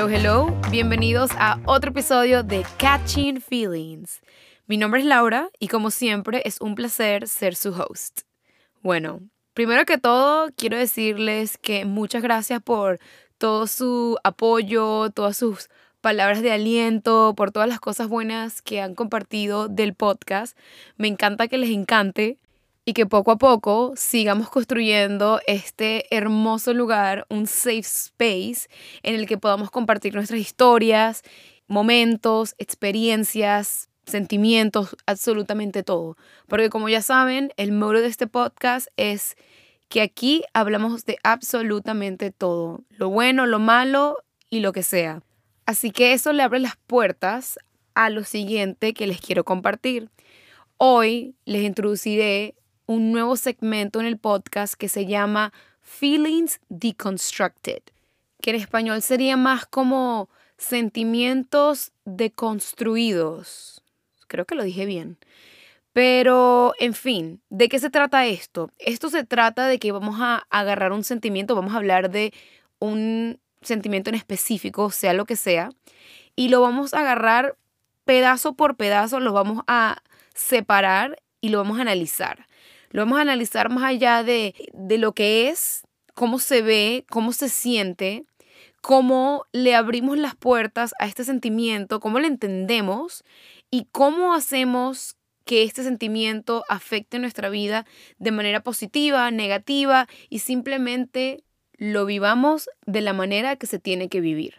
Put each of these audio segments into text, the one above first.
Hello, hello. Bienvenidos a otro episodio de Catching Feelings. Mi nombre es Laura y como siempre es un placer ser su host. Bueno, primero que todo quiero decirles que muchas gracias por todo su apoyo, todas sus palabras de aliento, por todas las cosas buenas que han compartido del podcast. Me encanta que les encante y que poco a poco sigamos construyendo este hermoso lugar, un safe space en el que podamos compartir nuestras historias, momentos, experiencias, sentimientos, absolutamente todo. Porque como ya saben, el modo de este podcast es que aquí hablamos de absolutamente todo, lo bueno, lo malo y lo que sea. Así que eso le abre las puertas a lo siguiente que les quiero compartir. Hoy les introduciré un nuevo segmento en el podcast que se llama Feelings Deconstructed, que en español sería más como sentimientos deconstruidos. Creo que lo dije bien. Pero, en fin, ¿de qué se trata esto? Esto se trata de que vamos a agarrar un sentimiento, vamos a hablar de un sentimiento en específico, sea lo que sea, y lo vamos a agarrar pedazo por pedazo, lo vamos a separar y lo vamos a analizar. Lo vamos a analizar más allá de lo que es, cómo se ve, cómo se siente, cómo le abrimos las puertas a este sentimiento, cómo lo entendemos y cómo hacemos que este sentimiento afecte nuestra vida de manera positiva, negativa y simplemente lo vivamos de la manera que se tiene que vivir.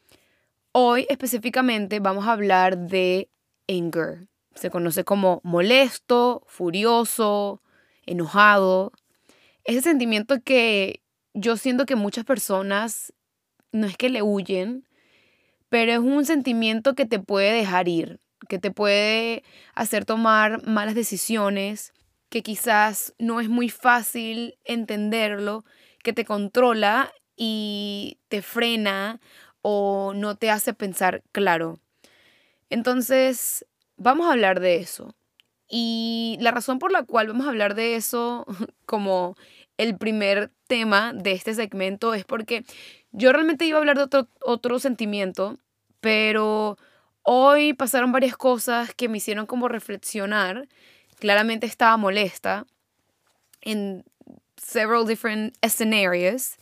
Hoy específicamente vamos a hablar de anger. Se conoce como molesto, furioso, enojado. Ese sentimiento que yo siento que muchas personas no es que le huyen, pero es un sentimiento que te puede dejar ir, que te puede hacer tomar malas decisiones, que quizás no es muy fácil entenderlo, que te controla y te frena o no te hace pensar claro. Entonces, vamos a hablar de eso. Y la razón por la cual vamos a hablar de eso como el primer tema de este segmento es porque yo realmente iba a hablar de otro sentimiento, pero hoy pasaron varias cosas que me hicieron como reflexionar. Claramente estaba molesta en several different scenarios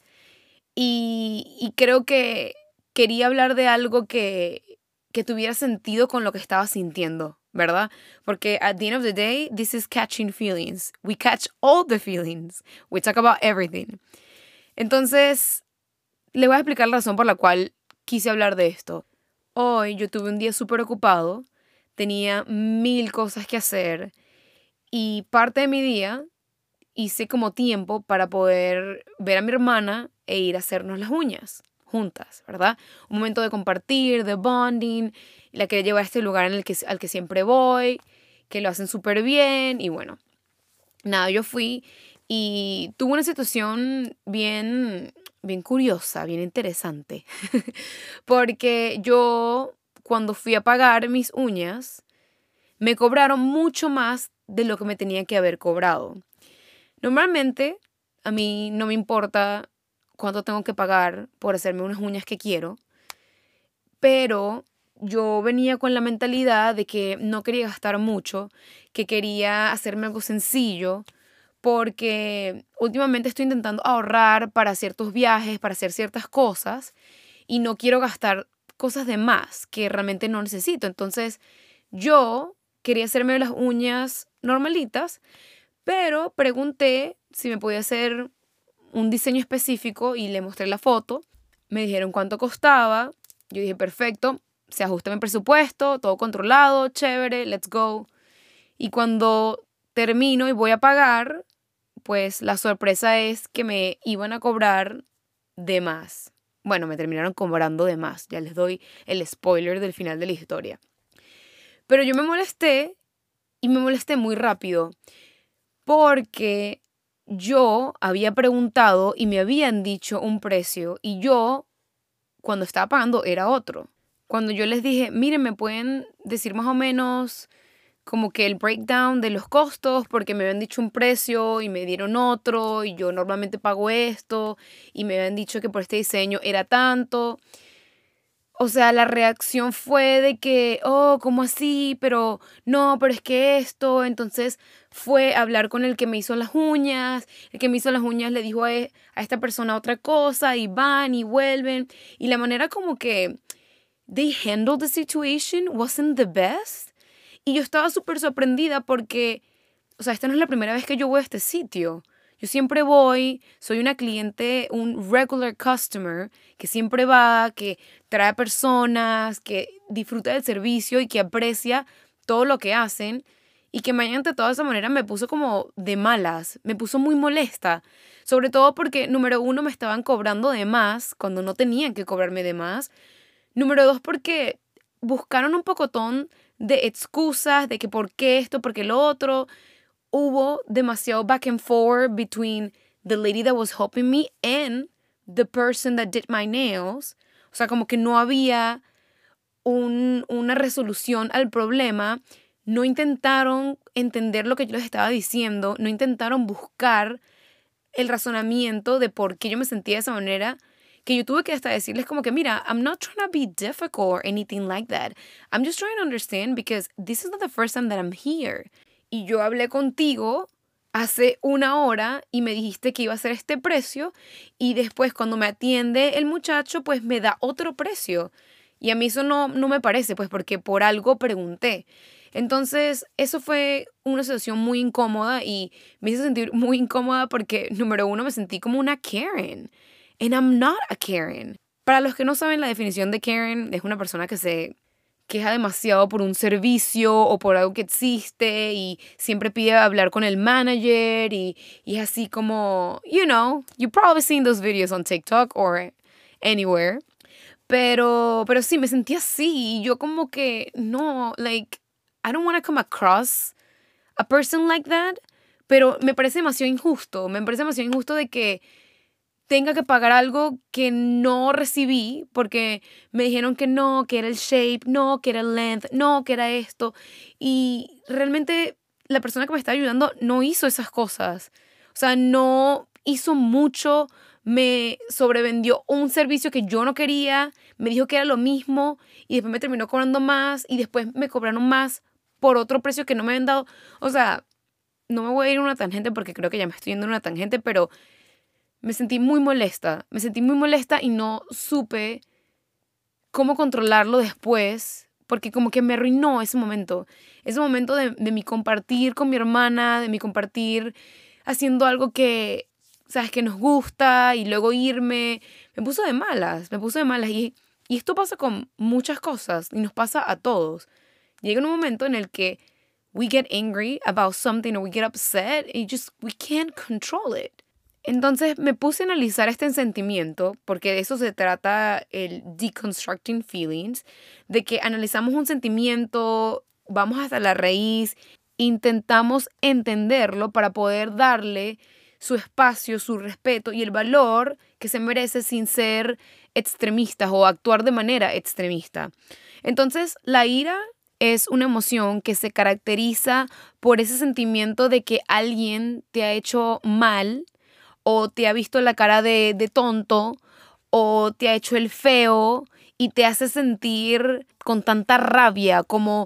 y creo que quería hablar de algo que tuviera sentido con lo que estaba sintiendo, ¿verdad? Porque at the end of the day, this is catching feelings. We catch all the feelings. We talk about everything. Entonces, les voy a explicar la razón por la cual quise hablar de esto. Hoy yo tuve un día súper ocupado, tenía 1000 cosas que hacer y parte de mi día hice como tiempo para poder ver a mi hermana e ir a hacernos las uñas juntas, ¿verdad? Un momento de compartir, de bonding, la que lleva a este lugar al que siempre voy, que lo hacen súper bien y bueno, nada, yo fui y tuve una situación bien curiosa, bien interesante, porque yo cuando fui a pagar mis uñas, me cobraron mucho más de lo que me tenía que haber cobrado. Normalmente, a mí no me importa cuánto tengo que pagar por hacerme unas uñas que quiero, pero yo venía con la mentalidad de que no quería gastar mucho, que quería hacerme algo sencillo, porque últimamente estoy intentando ahorrar para ciertos viajes, para hacer ciertas cosas, y no quiero gastar cosas de más que realmente no necesito. Entonces, yo quería hacerme las uñas normalitas, pero pregunté si me podía hacer un diseño específico y le mostré la foto. Me dijeron cuánto costaba. Yo dije, perfecto, se ajusta mi presupuesto, todo controlado, chévere, let's go. Y cuando termino y voy a pagar, pues la sorpresa es que me iban a cobrar de más. Bueno, me terminaron cobrando de más. Ya les doy el spoiler del final de la historia. Pero yo me molesté y me molesté muy rápido porque yo había preguntado y me habían dicho un precio y yo, cuando estaba pagando, era otro. Cuando yo les dije, miren, ¿me pueden decir más o menos como que el breakdown de los costos? Porque me habían dicho un precio y me dieron otro y yo normalmente pago esto y me habían dicho que por este diseño era tanto. O sea, la reacción fue de que, oh, ¿cómo así? Pero no, pero es que esto. Entonces fue a hablar con el que me hizo las uñas. El que me hizo las uñas le dijo a esta persona otra cosa y van y vuelven. Y la manera como que they handled the situation wasn't the best. Y yo estaba súper sorprendida porque, o sea, esta no es la primera vez que yo voy a este sitio. Yo siempre voy, soy una cliente, un regular customer, que siempre va, que trae personas, que disfruta del servicio y que aprecia todo lo que hacen. Y que me hayan tratado de esa manera me puso como de malas, me puso muy molesta. Sobre todo porque, número uno, me estaban cobrando de más cuando no tenían que cobrarme de más. Número dos, porque buscaron un pocotón de excusas de que por qué esto, por qué lo otro. Hubo demasiado back and forth between the lady that was helping me and the person that did my nails. O sea, como que no había una resolución al problema. No intentaron entender lo que yo les estaba diciendo. No intentaron buscar el razonamiento de por qué yo me sentía de esa manera, que yo tuve que hasta decirles como que, mira, I'm not trying to be difficult or anything like that. I'm just trying to understand because this is not the first time that I'm here. Y yo hablé contigo hace una hora y me dijiste que iba a ser este precio y después cuando me atiende el muchacho pues me da otro precio. Y a mí eso no me parece, pues porque por algo pregunté. Entonces, eso fue una situación muy incómoda y me hizo sentir muy incómoda porque, número uno, me sentí como una Karen. And I'm not a Karen. Para los que no saben, la definición de Karen es una persona que se queja demasiado por un servicio o por algo que existe y siempre pide hablar con el manager y es así como, you know, you've probably seen those videos on TikTok or anywhere. Pero sí, me sentí así y yo como que, no, like, I don't want to come across a person like that, pero me parece demasiado injusto. Me parece demasiado injusto de que tenga que pagar algo que no recibí porque me dijeron que no, que era el shape, no, que era el length, no, que era esto. Y realmente la persona que me está ayudando no hizo esas cosas. O sea, no hizo mucho, me sobrevendió un servicio que yo no quería, me dijo que era lo mismo y después me terminó cobrando más y después me cobraron más por otro precio que no me habían dado. O sea, no me voy a ir a una tangente porque creo que ya me estoy yendo en una tangente, pero me sentí muy molesta y no supe cómo controlarlo después, porque como que me arruinó ese momento de mi compartir con mi hermana, de mi compartir haciendo algo que, sabes, que nos gusta y luego irme, me puso de malas y esto pasa con muchas cosas y nos pasa a todos. Llega un momento en el que we get angry about something or we get upset and we can't control it. Entonces me puse a analizar este sentimiento, porque de eso se trata el deconstructing feelings, de que analizamos un sentimiento, vamos hasta la raíz, intentamos entenderlo para poder darle su espacio, su respeto y el valor que se merece sin ser extremistas o actuar de manera extremista. Entonces, la ira es una emoción que se caracteriza por ese sentimiento de que alguien te ha hecho mal o te ha visto la cara de tonto o te ha hecho el feo y te hace sentir con tanta rabia como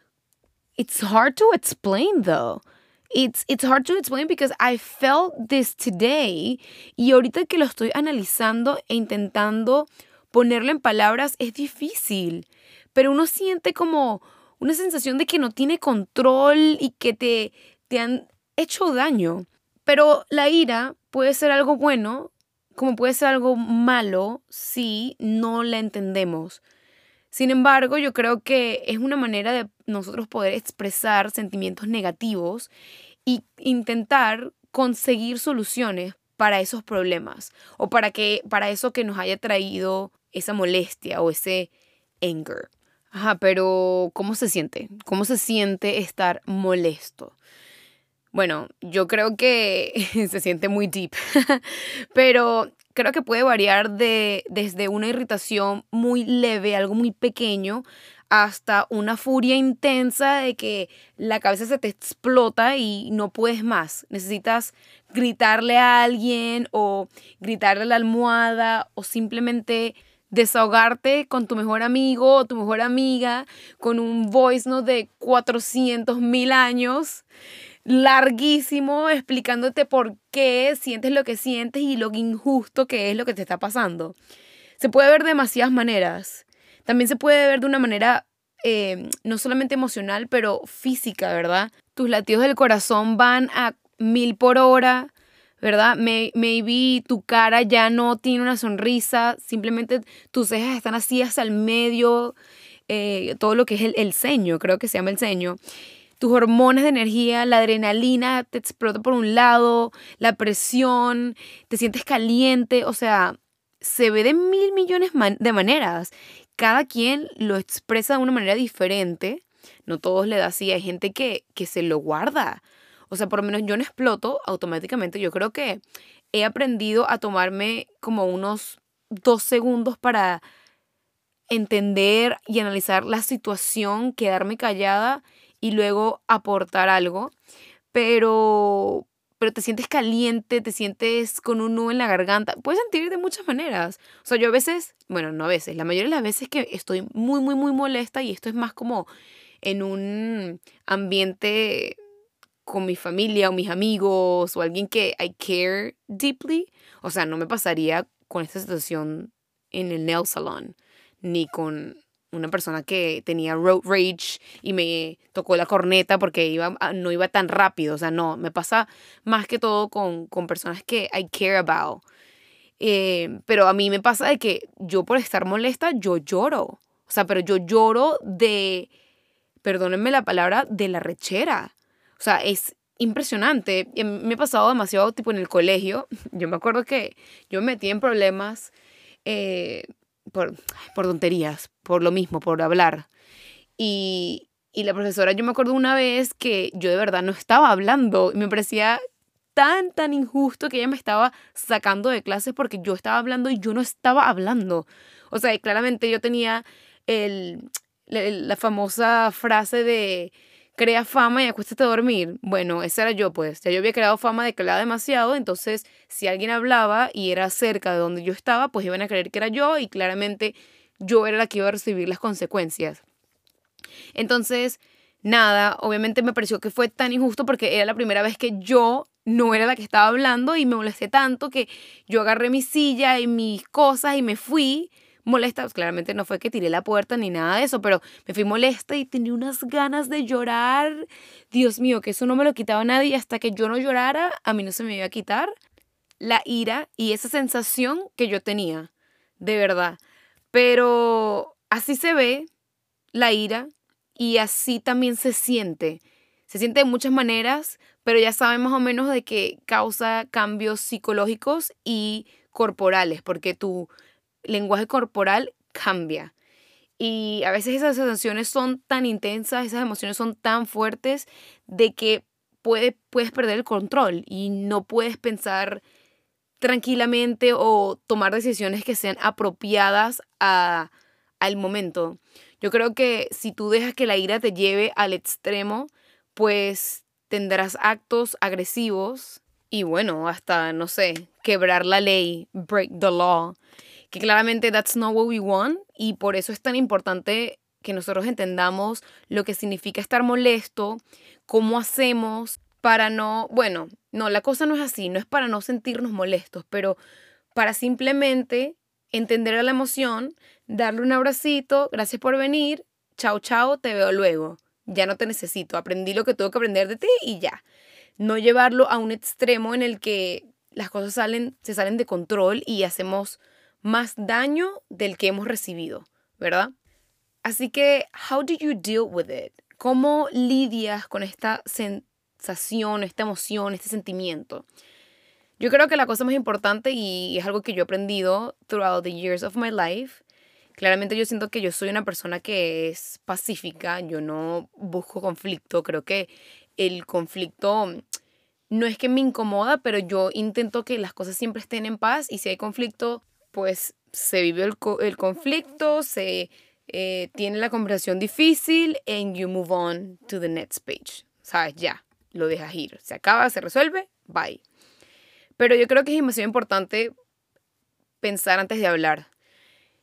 it's hard to explain though. It's hard to explain because I felt this today y ahorita que lo estoy analizando e intentando ponerlo en palabras es difícil, pero uno siente como una sensación de que no tiene control y que te han hecho daño. Pero la ira puede ser algo bueno, como puede ser algo malo si no la entendemos. Sin embargo, yo creo que es una manera de nosotros poder expresar sentimientos negativos e intentar conseguir soluciones para esos problemas o para eso que nos haya traído esa molestia o ese anger. Ajá, pero ¿cómo se siente? ¿Cómo se siente estar molesto? Bueno, yo creo que se siente muy deep, pero creo que puede variar desde una irritación muy leve, algo muy pequeño, hasta una furia intensa de que la cabeza se te explota y no puedes más. Necesitas gritarle a alguien o gritarle a la almohada o simplemente desahogarte con tu mejor amigo o tu mejor amiga con un voice note de 400,000 años, larguísimo, explicándote por qué sientes lo que sientes y lo injusto que es lo que te está pasando. Se puede ver de demasiadas maneras. También se puede ver de una manera no solamente emocional, pero física, ¿verdad? Tus latidos del corazón van a 1000 por hora, ¿verdad? Maybe tu cara ya no tiene una sonrisa, simplemente tus cejas están así hasta el medio, todo lo que es el ceño, creo que se llama el ceño. Tus hormonas de energía, la adrenalina te explota por un lado, la presión, te sientes caliente, o sea, se ve de 1,000,000,000 de maneras. Cada quien lo expresa de una manera diferente. No todos le da así. Hay gente que se lo guarda. O sea, por lo menos yo no exploto automáticamente. Yo creo que he aprendido a tomarme como unos 2 segundos para entender y analizar la situación, quedarme callada y luego aportar algo. Pero, pero te sientes caliente, te sientes con un nudo en la garganta. Puedes sentir de muchas maneras. O sea, yo a veces, bueno, no a veces, la mayoría de las veces que estoy muy, muy, muy molesta y esto es más como en un ambiente con mi familia o mis amigos o alguien que I care deeply. O sea, no me pasaría con esta situación en el nail salon, ni con una persona que tenía road rage y me tocó la corneta porque no iba tan rápido. O sea, no, me pasa más que todo con personas que I care about. Pero a mí me pasa de que yo por estar molesta, yo lloro. O sea, pero yo lloro de, perdónenme la palabra, de la rechera. O sea, es impresionante. Y a mí me ha pasado demasiado tipo en el colegio. Yo me acuerdo que yo me metí en problemas eh, por tonterías, por lo mismo, por hablar. Y la profesora, yo me acuerdo una vez que yo de verdad no estaba hablando y me parecía tan, tan injusto que ella me estaba sacando de clases porque yo estaba hablando y yo no estaba hablando. O sea, claramente yo tenía el, la famosa frase de crea fama y acuéstate a dormir. Bueno, esa era yo, pues. Ya yo había creado fama de que hablaba demasiado, entonces si alguien hablaba y era cerca de donde yo estaba, pues iban a creer que era yo y claramente yo era la que iba a recibir las consecuencias. Entonces, nada, obviamente me pareció que fue tan injusto porque era la primera vez que yo no era la que estaba hablando y me molesté tanto que yo agarré mi silla y mis cosas y me fui molesta. Pues, claramente no fue que tiré la puerta ni nada de eso, pero me fui molesta y tenía unas ganas de llorar. Dios mío, que eso no me lo quitaba nadie y hasta que yo no llorara, a mí no se me iba a quitar la ira y esa sensación que yo tenía, de verdad. Pero así se ve la ira y así también se siente. Se siente de muchas maneras, pero ya saben más o menos de que causa cambios psicológicos y corporales, porque tu lenguaje corporal cambia. Y a veces esas sensaciones son tan intensas, esas emociones son tan fuertes de que puedes perder el control y no puedes pensar tranquilamente o tomar decisiones que sean apropiadas al momento. Yo creo que si tú dejas que la ira te lleve al extremo, pues tendrás actos agresivos y bueno, hasta, no sé, quebrar la ley, break the law, que claramente that's not what we want y por eso es tan importante que nosotros entendamos lo que significa estar molesto, cómo hacemos para no, bueno, no, la cosa no es así, no es para no sentirnos molestos, pero para simplemente entender a la emoción, darle un abracito, gracias por venir, chao, chao, te veo luego, ya no te necesito, aprendí lo que tengo que aprender de ti y ya. No llevarlo a un extremo en el que las cosas se salen de control y hacemos más daño del que hemos recibido, ¿verdad? Así que, how do you deal with it? ¿Cómo lidias con esta sensación, esta emoción, este sentimiento? Yo creo que la cosa más importante y es algo que yo he aprendido throughout the years of my life, claramente yo siento que yo soy una persona que es pacífica, yo no busco conflicto, creo que el conflicto no es que me incomoda, pero yo intento que las cosas siempre estén en paz y si hay conflicto, pues se vive el conflicto, se tiene la conversación difícil and you move on to the next page. ¿Sabes? Ya, lo dejas ir. Se acaba, se resuelve, bye. Pero yo creo que es demasiado importante pensar antes de hablar.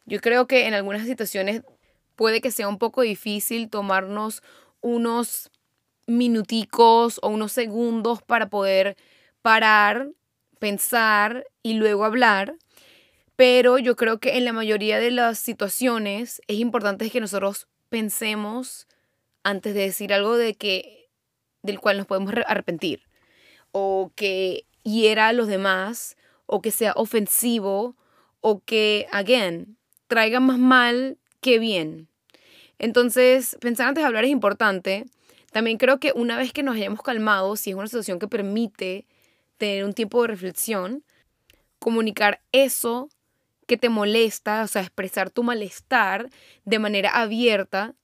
Yo creo que en algunas situaciones puede que sea un poco difícil tomarnos unos minuticos o unos segundos para poder parar, pensar y luego hablar. Pero yo creo que en la mayoría de las situaciones es importante que nosotros pensemos antes de decir algo del cual nos podemos arrepentir, o que hiera a los demás, o que sea ofensivo, o que, again, traiga más mal que bien. Entonces, pensar antes de hablar es importante. También creo que una vez que nos hayamos calmado, si es una situación que permite tener un tiempo de reflexión, comunicar eso que te molesta, o sea, expresar tu malestar de manera abierta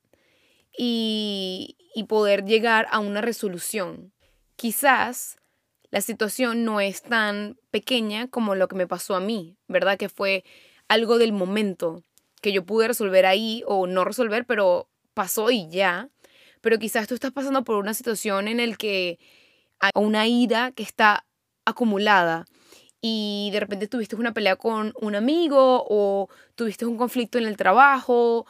y poder llegar a una resolución. Quizás la situación no es tan pequeña como lo que me pasó a mí, ¿verdad? Que fue algo del momento que yo pude resolver ahí o no resolver, pero pasó y ya. Pero quizás tú estás pasando por una situación en la que hay una ira que está acumulada y de repente tuviste una pelea con un amigo o tuviste un conflicto en el trabajo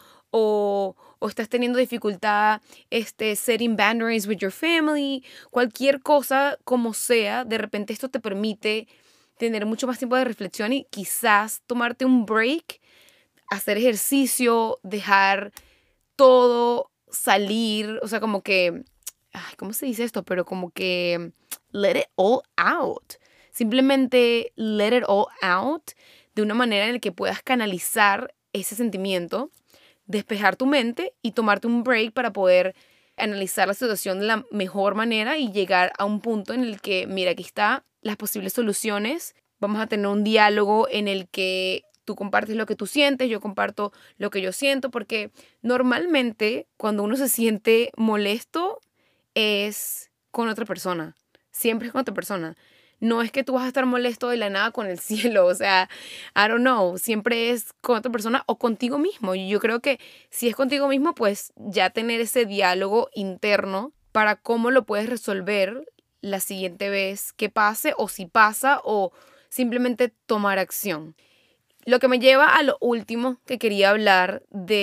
o estás teniendo dificultad setting boundaries with your family, cualquier cosa como sea, de repente esto te permite tener mucho más tiempo de reflexión y quizás tomarte un break, hacer ejercicio, dejar todo salir, o sea, como que, ay, ¿cómo se dice esto? Pero como que let it all out. Simplemente let it all out de una manera en la que puedas canalizar ese sentimiento, despejar tu mente y tomarte un break para poder analizar la situación de la mejor manera y llegar a un punto en el que, mira, aquí está las posibles soluciones. Vamos a tener un diálogo en el que tú compartes lo que tú sientes, yo comparto lo que yo siento, porque normalmente cuando uno se siente molesto es con otra persona, siempre es con otra persona. No es que tú vas a estar molesto de la nada con el cielo, o sea, I don't know, siempre es con otra persona o contigo mismo. Y yo creo que si es contigo mismo, pues ya tener ese diálogo interno para cómo lo puedes resolver la siguiente vez que pase o si pasa o simplemente tomar acción. Lo que me lleva a lo último que quería hablar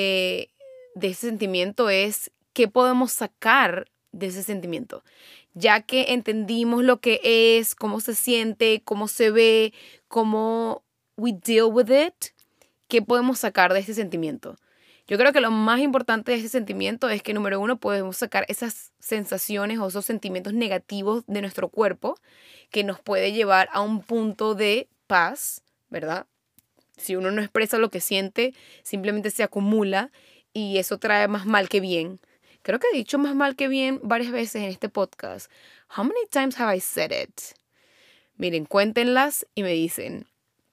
de ese sentimiento es qué podemos sacar de ese sentimiento. Ya que entendimos lo que es, cómo se siente, cómo se ve, cómo we deal with it, qué podemos sacar de ese sentimiento. Yo creo que lo más importante de ese sentimiento es que, número uno, podemos sacar esas sensaciones o esos sentimientos negativos de nuestro cuerpo que nos puede llevar a un punto de paz, ¿verdad? Si uno no expresa lo que siente, simplemente se acumula y eso trae más mal que bien. Creo que he dicho más mal que bien varias veces en este podcast. How many times have I said it? Miren, cuéntenlas y me dicen.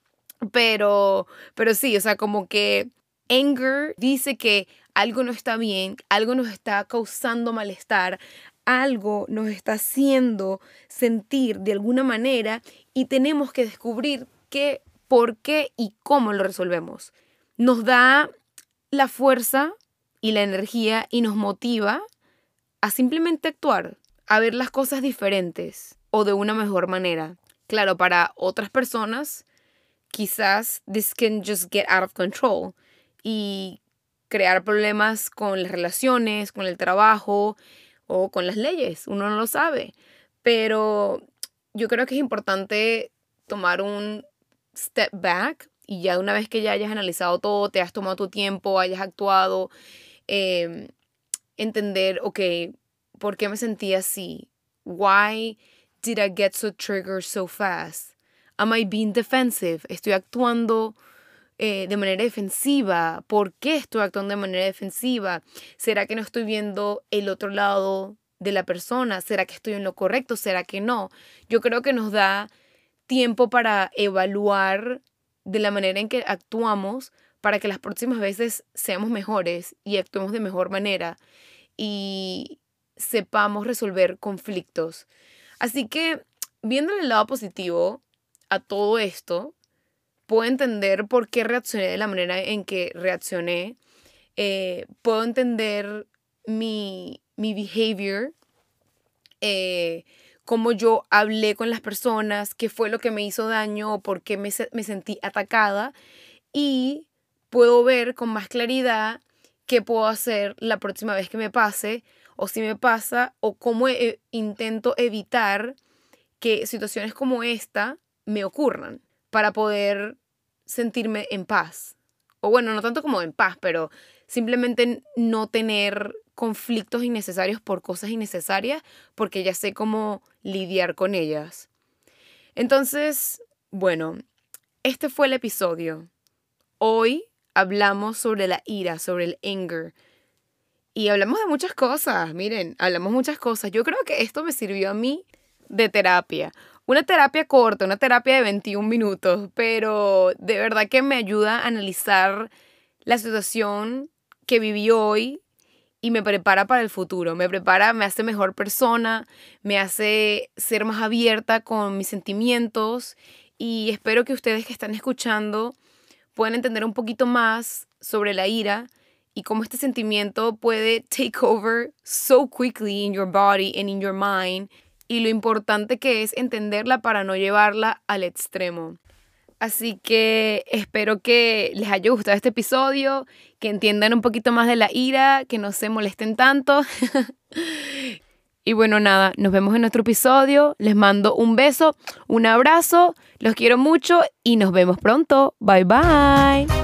Pero sí, o sea, como que anger dice que algo no está bien, algo nos está causando malestar, algo nos está haciendo sentir de alguna manera y tenemos que descubrir qué, por qué y cómo lo resolvemos. Nos da la fuerza y la energía y nos motiva a simplemente actuar, a ver las cosas diferentes o de una mejor manera. Claro, para otras personas quizás this can just get out of control y crear problemas con las relaciones, con el trabajo o con las leyes. Uno no lo sabe. Pero yo creo que es importante tomar un step back y ya una vez que ya hayas analizado todo, te has tomado tu tiempo, hayas actuado, eh, entender, ok, ¿por qué me sentí así? Why did I get so triggered so fast? Am I being defensive? ¿Estoy actuando de manera defensiva? ¿Por qué estoy actuando de manera defensiva? ¿Será que no estoy viendo el otro lado de la persona? ¿Será que estoy en lo correcto? ¿Será que no? Yo creo que nos da tiempo para evaluar de la manera en que actuamos para que las próximas veces seamos mejores y actuemos de mejor manera y sepamos resolver conflictos. Así que, viendo el lado positivo a todo esto, puedo entender por qué reaccioné de la manera en que reaccioné. Puedo entender mi behavior, cómo yo hablé con las personas, qué fue lo que me hizo daño o por qué me sentí atacada. Y puedo ver con más claridad qué puedo hacer la próxima vez que me pase, o si me pasa, o cómo intento evitar que situaciones como esta me ocurran para poder sentirme en paz. O bueno, no tanto como en paz, pero simplemente no tener conflictos innecesarios por cosas innecesarias, porque ya sé cómo lidiar con ellas. Entonces, bueno, este fue el episodio. Hoy hablamos sobre la ira, sobre el anger. Y hablamos de muchas cosas, miren, hablamos muchas cosas. Yo creo que esto me sirvió a mí de terapia. Una terapia corta, una terapia de 21 minutos, pero de verdad que me ayuda a analizar la situación que viví hoy y me prepara para el futuro. Me prepara, me hace mejor persona, me hace ser más abierta con mis sentimientos y espero que ustedes que están escuchando puedan entender un poquito más sobre la ira y cómo este sentimiento puede take over so quickly in your body and in your mind, y lo importante que es entenderla para no llevarla al extremo. Así que espero que les haya gustado este episodio, que entiendan un poquito más de la ira, que no se molesten tanto. Y bueno, nada, nos vemos en otro episodio. Les mando un beso, un abrazo, los quiero mucho y nos vemos pronto. Bye bye.